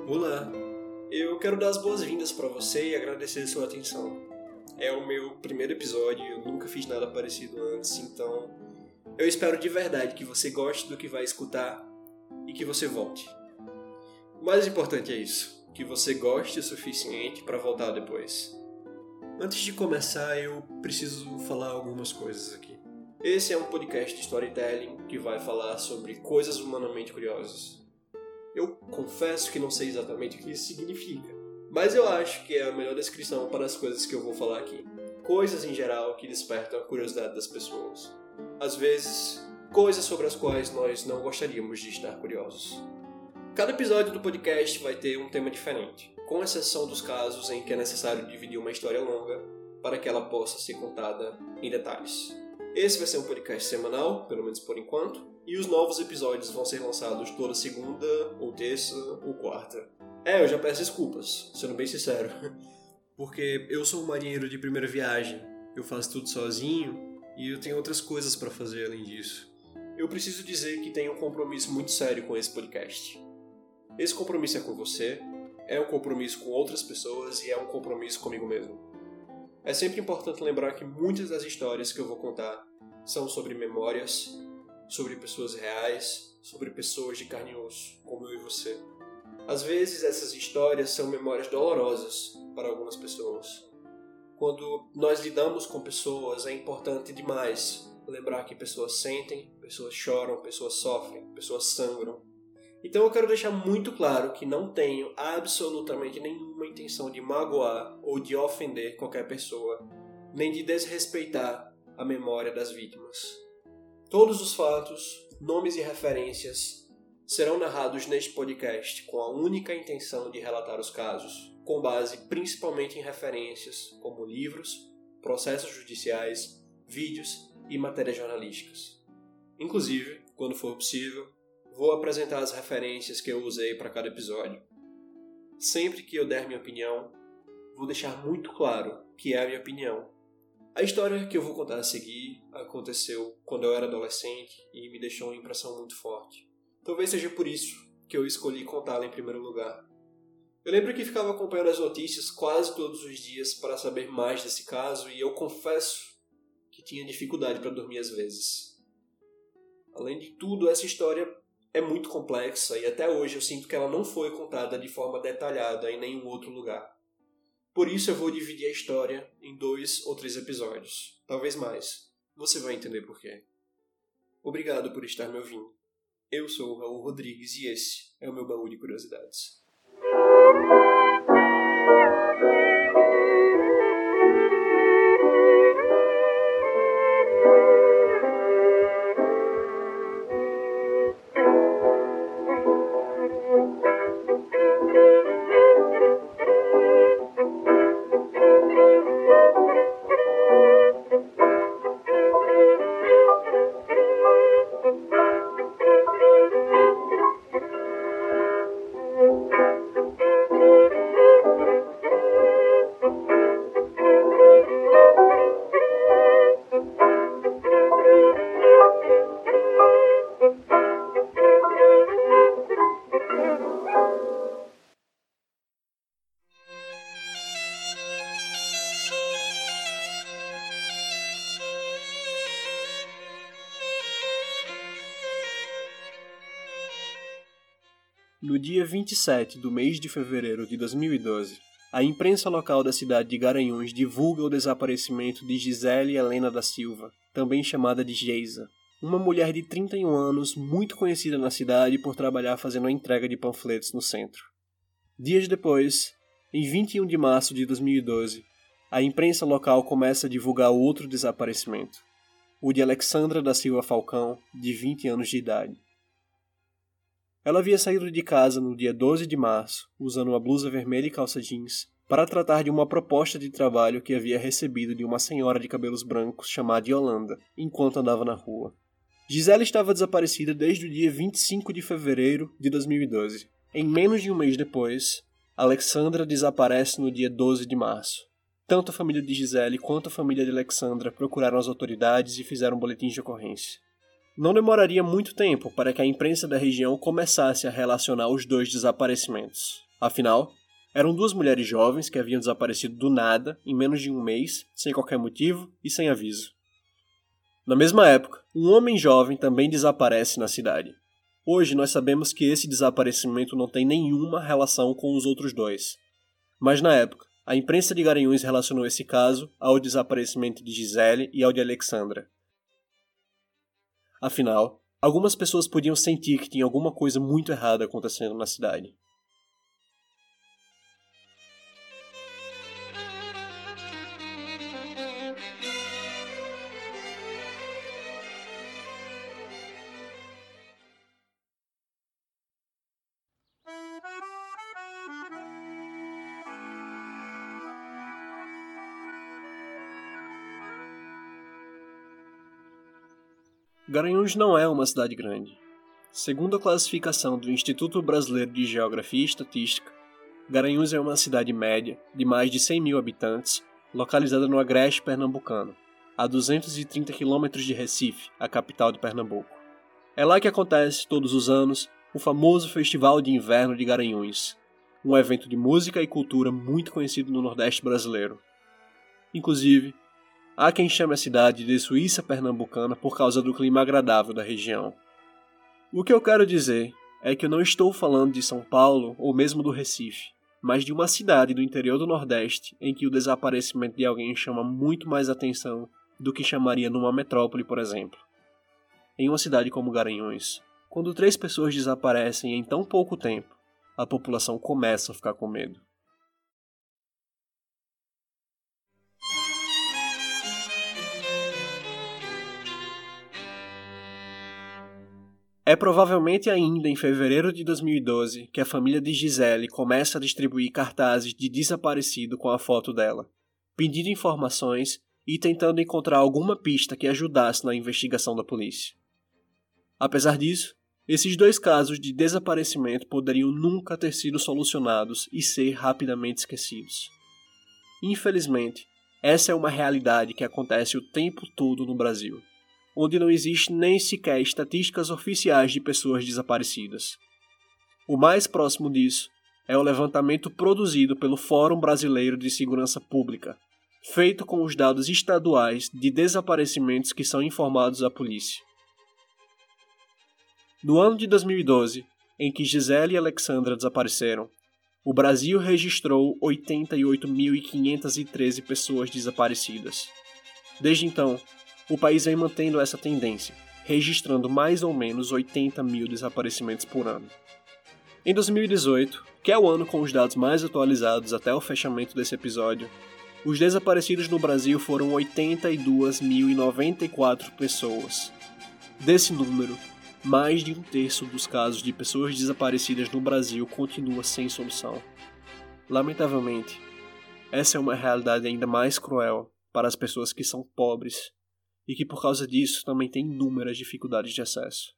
Olá, eu quero dar as boas-vindas para você e agradecer sua atenção. É o meu primeiro episódio, eu nunca fiz nada parecido antes, então eu espero de verdade que você goste do que vai escutar e que você volte. O mais importante é isso, que você goste o suficiente para voltar depois. Antes de começar, eu preciso falar algumas coisas aqui. Esse é um podcast de storytelling que vai falar sobre coisas humanamente curiosas. Eu confesso que não sei exatamente o que isso significa, mas eu acho que é a melhor descrição para as coisas que eu vou falar aqui. Coisas em geral que despertam a curiosidade das pessoas. Às vezes, coisas sobre as quais nós não gostaríamos de estar curiosos. Cada episódio do podcast vai ter um tema diferente, com exceção dos casos em que é necessário dividir uma história longa para que ela possa ser contada em detalhes. Esse vai ser um podcast semanal, pelo menos por enquanto, e os novos episódios vão ser lançados toda segunda, ou terça, ou quarta. Eu já peço desculpas, sendo bem sincero, porque eu sou um marinheiro de primeira viagem, eu faço tudo sozinho e eu tenho outras coisas para fazer além disso. Eu preciso dizer que tenho um compromisso muito sério com esse podcast. Esse compromisso é com você, é um compromisso com outras pessoas e é um compromisso comigo mesmo. É sempre importante lembrar que muitas das histórias que eu vou contar são sobre memórias, sobre pessoas reais, sobre pessoas de carne e osso, como eu e você. Às vezes essas histórias são memórias dolorosas para algumas pessoas. Quando nós lidamos com pessoas, é importante demais lembrar que pessoas sentem, pessoas choram, pessoas sofrem, pessoas sangram. Então eu quero deixar muito claro que não tenho absolutamente nenhuma intenção de magoar ou de ofender qualquer pessoa, nem de desrespeitar a memória das vítimas. Todos os fatos, nomes e referências serão narrados neste podcast com a única intenção de relatar os casos, com base principalmente em referências como livros, processos judiciais, vídeos e matérias jornalísticas. Inclusive, quando for possível, vou apresentar as referências que eu usei para cada episódio. Sempre que eu der minha opinião, vou deixar muito claro que é a minha opinião. A história que eu vou contar a seguir aconteceu quando eu era adolescente e me deixou uma impressão muito forte. Talvez seja por isso que eu escolhi contá-la em primeiro lugar. Eu lembro que ficava acompanhando as notícias quase todos os dias para saber mais desse caso e eu confesso que tinha dificuldade para dormir às vezes. Além de tudo, essa história é muito complexa e até hoje eu sinto que ela não foi contada de forma detalhada em nenhum outro lugar. Por isso eu vou dividir a história em 2 ou 3 episódios, talvez mais. Você vai entender por quê. Obrigado por estar me ouvindo. Eu sou o Raul Rodrigues e esse é o meu baú de curiosidades. No dia 27 do mês de fevereiro de 2012, a imprensa local da cidade de Garanhuns divulga o desaparecimento de Gisele Helena da Silva, também chamada de Geisa, uma mulher de 31 anos muito conhecida na cidade por trabalhar fazendo a entrega de panfletos no centro. Dias depois, em 21 de março de 2012, a imprensa local começa a divulgar outro desaparecimento, o de Alexandra da Silva Falcão, de 20 anos de idade. Ela havia saído de casa no dia 12 de março, usando uma blusa vermelha e calça jeans, para tratar de uma proposta de trabalho que havia recebido de uma senhora de cabelos brancos chamada Yolanda, enquanto andava na rua. Gisele estava desaparecida desde o dia 25 de fevereiro de 2012. Em menos de um mês depois, Alexandra desaparece no dia 12 de março. Tanto a família de Gisele quanto a família de Alexandra procuraram as autoridades e fizeram boletins de ocorrência. Não demoraria muito tempo para que a imprensa da região começasse a relacionar os dois desaparecimentos. Afinal, eram duas mulheres jovens que haviam desaparecido do nada em menos de um mês, sem qualquer motivo e sem aviso. Na mesma época, um homem jovem também desaparece na cidade. Hoje nós sabemos que esse desaparecimento não tem nenhuma relação com os outros dois. Mas na época, a imprensa de Garanhuns relacionou esse caso ao desaparecimento de Gisele e ao de Alexandra. Afinal, algumas pessoas podiam sentir que tinha alguma coisa muito errada acontecendo na cidade. Garanhuns não é uma cidade grande. Segundo a classificação do Instituto Brasileiro de Geografia e Estatística, Garanhuns é uma cidade média de mais de 100 mil habitantes, localizada no agreste pernambucano, a 230 km de Recife, a capital de Pernambuco. É lá que acontece, todos os anos, o famoso Festival de Inverno de Garanhuns, um evento de música e cultura muito conhecido no Nordeste brasileiro. Inclusive, há quem chame a cidade de Suíça pernambucana por causa do clima agradável da região. O que eu quero dizer é que eu não estou falando de São Paulo ou mesmo do Recife, mas de uma cidade do interior do Nordeste em que o desaparecimento de alguém chama muito mais atenção do que chamaria numa metrópole, por exemplo. Em uma cidade como Garanhuns, quando 3 pessoas desaparecem em tão pouco tempo, a população começa a ficar com medo. É provavelmente ainda em fevereiro de 2012 que a família de Gisele começa a distribuir cartazes de desaparecido com a foto dela, pedindo informações e tentando encontrar alguma pista que ajudasse na investigação da polícia. Apesar disso, esses 2 casos de desaparecimento poderiam nunca ter sido solucionados e ser rapidamente esquecidos. Infelizmente, essa é uma realidade que acontece o tempo todo no Brasil, onde não existe nem sequer estatísticas oficiais de pessoas desaparecidas. O mais próximo disso é o levantamento produzido pelo Fórum Brasileiro de Segurança Pública, feito com os dados estaduais de desaparecimentos que são informados à polícia. No ano de 2012, em que Gisele e Alexandra desapareceram, o Brasil registrou 88.513 pessoas desaparecidas. Desde então, o país vem mantendo essa tendência, registrando mais ou menos 80 mil desaparecimentos por ano. Em 2018, que é o ano com os dados mais atualizados até o fechamento desse episódio, os desaparecidos no Brasil foram 82.094 pessoas. Desse número, mais de 1/3 dos casos de pessoas desaparecidas no Brasil continua sem solução. Lamentavelmente, essa é uma realidade ainda mais cruel para as pessoas que são pobres e que por causa disso também têm inúmeras dificuldades de acesso.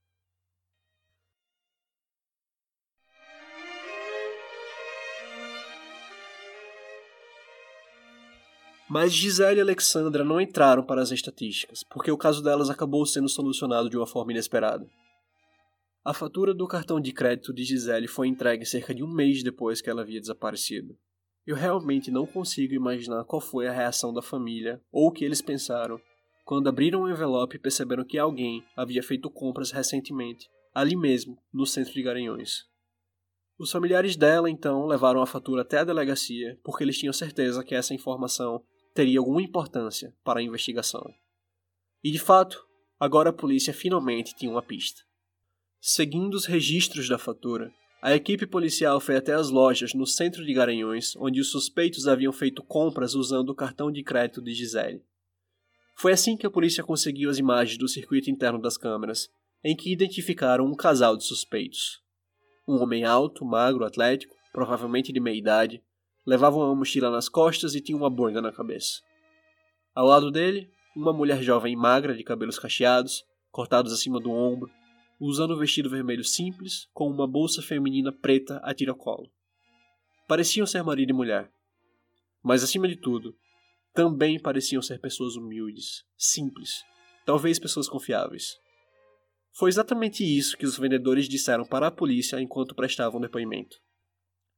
Mas Gisele e Alexandra não entraram para as estatísticas, porque o caso delas acabou sendo solucionado de uma forma inesperada. A fatura do cartão de crédito de Gisele foi entregue cerca de um mês depois que ela havia desaparecido. Eu realmente não consigo imaginar qual foi a reação da família ou o que eles pensaram quando abriram o envelope e perceberam que alguém havia feito compras recentemente, ali mesmo, no centro de Garanhuns. Os familiares dela, então, levaram a fatura até a delegacia porque eles tinham certeza que essa informação teria alguma importância para a investigação. E de fato, agora a polícia finalmente tinha uma pista. Seguindo os registros da fatura, a equipe policial foi até as lojas no centro de Garanhuns, onde os suspeitos haviam feito compras usando o cartão de crédito de Gisele. Foi assim que a polícia conseguiu as imagens do circuito interno das câmeras, em que identificaram um casal de suspeitos. Um homem alto, magro, atlético, provavelmente de meia idade, levava uma mochila nas costas e tinha uma boina na cabeça. Ao lado dele, uma mulher jovem e magra de cabelos cacheados, cortados acima do ombro, usando um vestido vermelho simples com uma bolsa feminina preta a tiracolo. Pareciam ser marido e mulher. Mas acima de tudo, também pareciam ser pessoas humildes, simples, talvez pessoas confiáveis. Foi exatamente isso que os vendedores disseram para a polícia enquanto prestavam depoimento.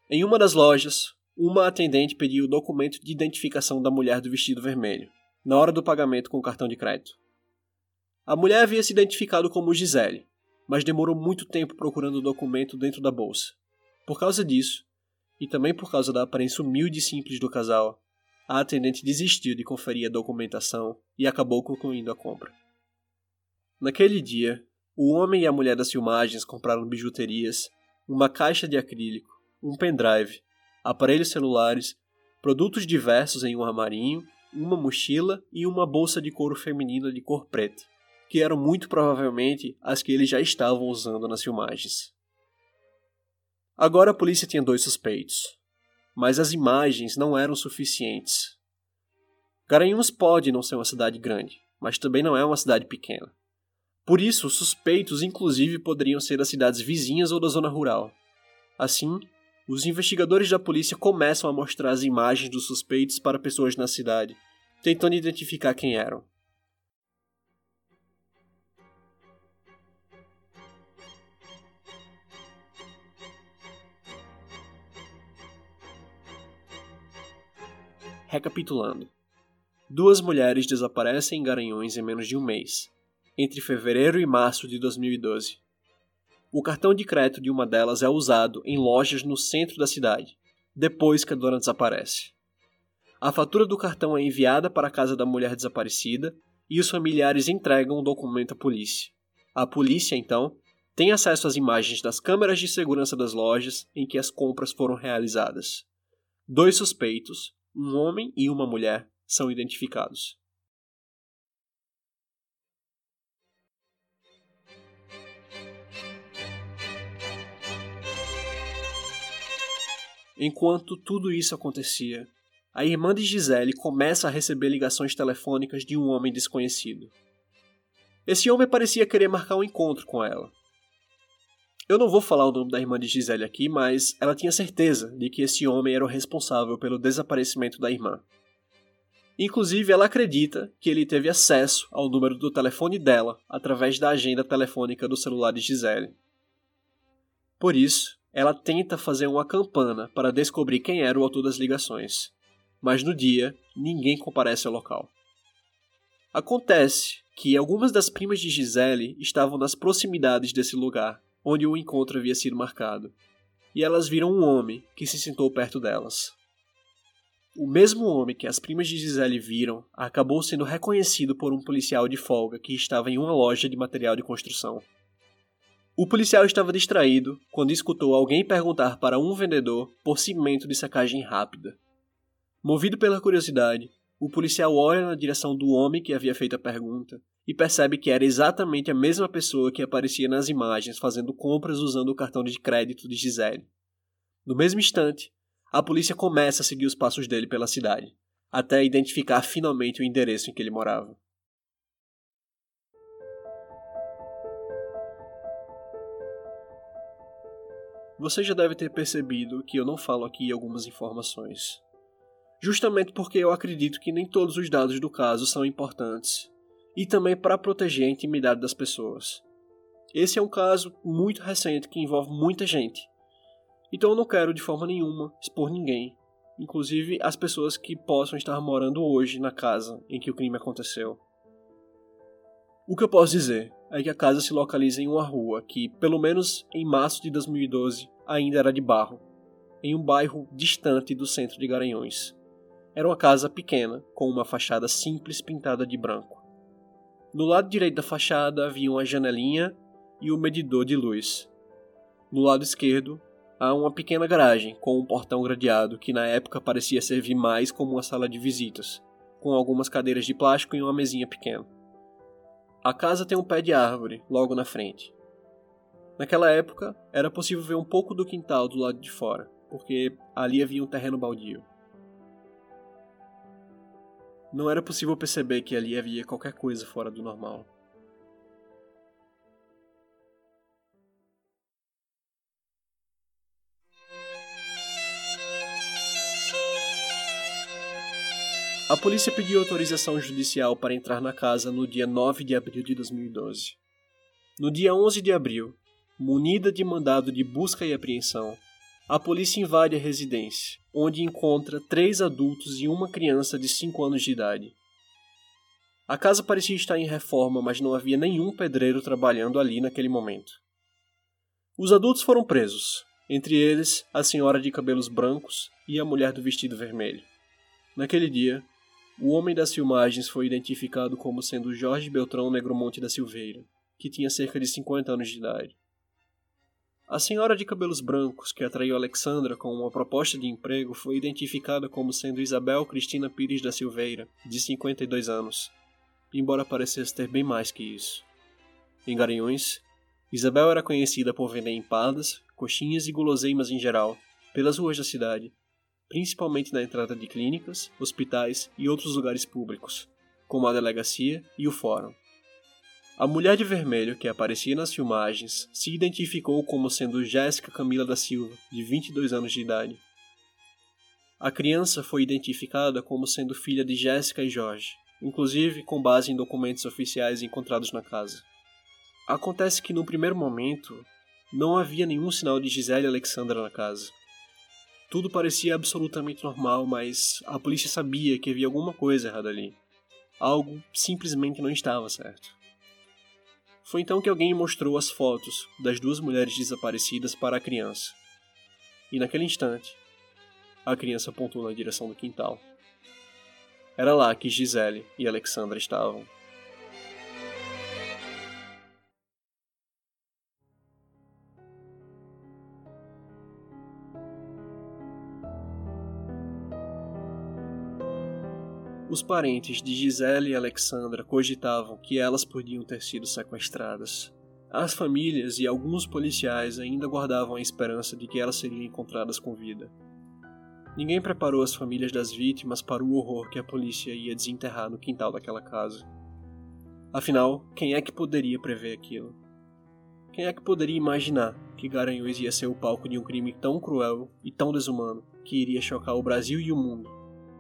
Em uma das lojas, uma atendente pediu o documento de identificação da mulher do vestido vermelho, na hora do pagamento com o cartão de crédito. A mulher havia se identificado como Gisele, mas demorou muito tempo procurando o documento dentro da bolsa. Por causa disso, e também por causa da aparência humilde e simples do casal, a atendente desistiu de conferir a documentação e acabou concluindo a compra. Naquele dia, o homem e a mulher das filmagens compraram bijuterias, uma caixa de acrílico, um pendrive, aparelhos celulares, produtos diversos em um armarinho, uma mochila e uma bolsa de couro feminina de cor preta, que eram muito provavelmente as que eles já estavam usando nas filmagens. Agora a polícia tinha 2 suspeitos, mas as imagens não eram suficientes. Garanhuns pode não ser uma cidade grande, mas também não é uma cidade pequena. Por isso, os suspeitos inclusive poderiam ser das cidades vizinhas ou da zona rural. Assim, os investigadores da polícia começam a mostrar as imagens dos suspeitos para pessoas na cidade, tentando identificar quem eram. Recapitulando. 2 mulheres desaparecem em Garanhuns em menos de um mês, entre fevereiro e março de 2012. O cartão de crédito de uma delas é usado em lojas no centro da cidade, depois que a dona desaparece. A fatura do cartão é enviada para a casa da mulher desaparecida e os familiares entregam o documento à polícia. A polícia, então, tem acesso às imagens das câmeras de segurança das lojas em que as compras foram realizadas. 2 suspeitos, um homem e uma mulher, são identificados. Enquanto tudo isso acontecia, a irmã de Gisele começa a receber ligações telefônicas de um homem desconhecido. Esse homem parecia querer marcar um encontro com ela. Eu não vou falar o nome da irmã de Gisele aqui, mas ela tinha certeza de que esse homem era o responsável pelo desaparecimento da irmã. Inclusive, ela acredita que ele teve acesso ao número do telefone dela através da agenda telefônica do celular de Gisele. Por isso, ela tenta fazer uma campana para descobrir quem era o autor das ligações. Mas no dia, ninguém comparece ao local. Acontece que algumas das primas de Gisele estavam nas proximidades desse lugar, onde o encontro havia sido marcado, e elas viram um homem que se sentou perto delas. O mesmo homem que as primas de Gisele viram acabou sendo reconhecido por um policial de folga que estava em uma loja de material de construção. O policial estava distraído quando escutou alguém perguntar para um vendedor por cimento de secagem rápida. Movido pela curiosidade, o policial olha na direção do homem que havia feito a pergunta e percebe que era exatamente a mesma pessoa que aparecia nas imagens fazendo compras usando o cartão de crédito de Gisele. No mesmo instante, a polícia começa a seguir os passos dele pela cidade, até identificar finalmente o endereço em que ele morava. Você já deve ter percebido que eu não falo aqui algumas informações. Justamente porque eu acredito que nem todos os dados do caso são importantes, e também para proteger a intimidade das pessoas. Esse é um caso muito recente que envolve muita gente, então eu não quero de forma nenhuma expor ninguém, inclusive as pessoas que possam estar morando hoje na casa em que o crime aconteceu. O que eu posso dizer é que a casa se localiza em uma rua que, pelo menos em março de 2012, ainda era de barro, em um bairro distante do centro de Garanhuns. Era uma casa pequena, com uma fachada simples pintada de branco. No lado direito da fachada havia uma janelinha e um medidor de luz. No lado esquerdo, há uma pequena garagem com um portão gradeado que na época parecia servir mais como uma sala de visitas, com algumas cadeiras de plástico e uma mesinha pequena. A casa tem um pé de árvore logo na frente. Naquela época, era possível ver um pouco do quintal do lado de fora, porque ali havia um terreno baldio. Não era possível perceber que ali havia qualquer coisa fora do normal. A polícia pediu autorização judicial para entrar na casa no dia 9 de abril de 2012. No dia 11 de abril, munida de mandado de busca e apreensão, A polícia invade a residência, onde encontra 3 adultos e uma criança de 5 anos de idade. A casa parecia estar em reforma, mas não havia nenhum pedreiro trabalhando ali naquele momento. Os adultos foram presos, entre eles a senhora de cabelos brancos e a mulher do vestido vermelho. Naquele dia, o homem das filmagens foi identificado como sendo Jorge Beltrão Negromonte da Silveira, que tinha cerca de 50 anos de idade. A senhora de cabelos brancos que atraiu Alexandra com uma proposta de emprego foi identificada como sendo Isabel Cristina Pires da Silveira, de 52 anos, embora parecesse ter bem mais que isso. Em Garanhuns, Isabel era conhecida por vender empadas, coxinhas e guloseimas em geral, pelas ruas da cidade, principalmente na entrada de clínicas, hospitais e outros lugares públicos, como a delegacia e o fórum. A mulher de vermelho que aparecia nas filmagens se identificou como sendo Jéssica Camila da Silva, de 22 anos de idade. A criança foi identificada como sendo filha de Jéssica e Jorge, inclusive com base em documentos oficiais encontrados na casa. Acontece que no primeiro momento não havia nenhum sinal de Gisele e Alexandra na casa. Tudo parecia absolutamente normal, mas a polícia sabia que havia alguma coisa errada ali. Algo simplesmente não estava certo. Foi então que alguém mostrou as fotos das 2 mulheres desaparecidas para a criança. E naquele instante, a criança apontou na direção do quintal. Era lá que Gisele e Alexandra estavam. Os parentes de Gisele e Alexandra cogitavam que elas podiam ter sido sequestradas. As famílias e alguns policiais ainda guardavam a esperança de que elas seriam encontradas com vida. Ninguém preparou as famílias das vítimas para o horror que a polícia ia desenterrar no quintal daquela casa. Afinal, quem é que poderia prever aquilo? Quem é que poderia imaginar que Garanhuns ia ser o palco de um crime tão cruel e tão desumano que iria chocar o Brasil e o mundo?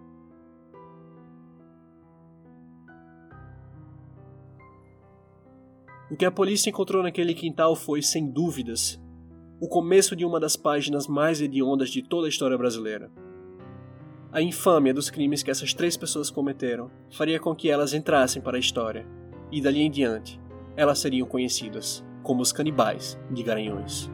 O que a polícia encontrou naquele quintal foi, sem dúvidas, o começo de uma das páginas mais hediondas de toda a história brasileira. A infâmia dos crimes que essas 3 pessoas cometeram faria com que elas entrassem para a história, e dali em diante, elas seriam conhecidas como os canibais de Garanhuns.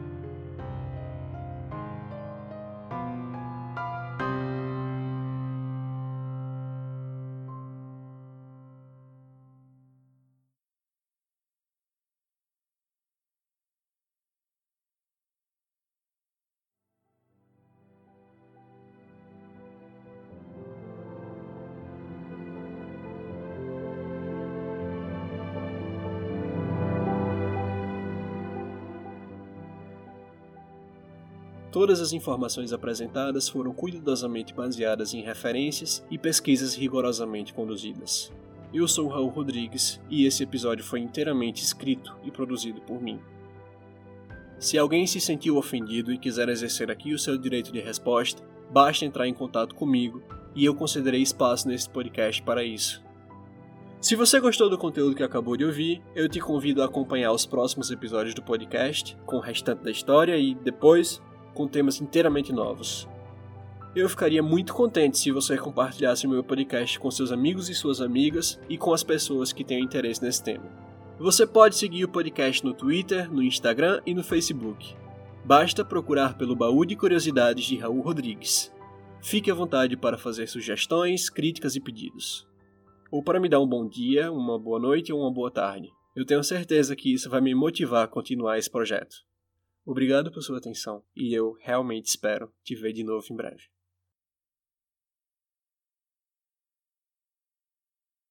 Todas as informações apresentadas foram cuidadosamente baseadas em referências e pesquisas rigorosamente conduzidas. Eu sou Raul Rodrigues e esse episódio foi inteiramente escrito e produzido por mim. Se alguém se sentiu ofendido e quiser exercer aqui o seu direito de resposta, basta entrar em contato comigo e eu concederei espaço nesse podcast para isso. Se você gostou do conteúdo que acabou de ouvir, eu te convido a acompanhar os próximos episódios do podcast, com o restante da história e, depois, com temas inteiramente novos. Eu ficaria muito contente se você compartilhasse o meu podcast com seus amigos e suas amigas e com as pessoas que tenham interesse nesse tema. Você pode seguir o podcast no Twitter, no Instagram e no Facebook. Basta procurar pelo Baú de Curiosidades de Raul Rodrigues. Fique à vontade para fazer sugestões, críticas e pedidos. Ou para me dar um bom dia, uma boa noite ou uma boa tarde. Eu tenho certeza que isso vai me motivar a continuar esse projeto. Obrigado por sua atenção e eu realmente espero te ver de novo em breve.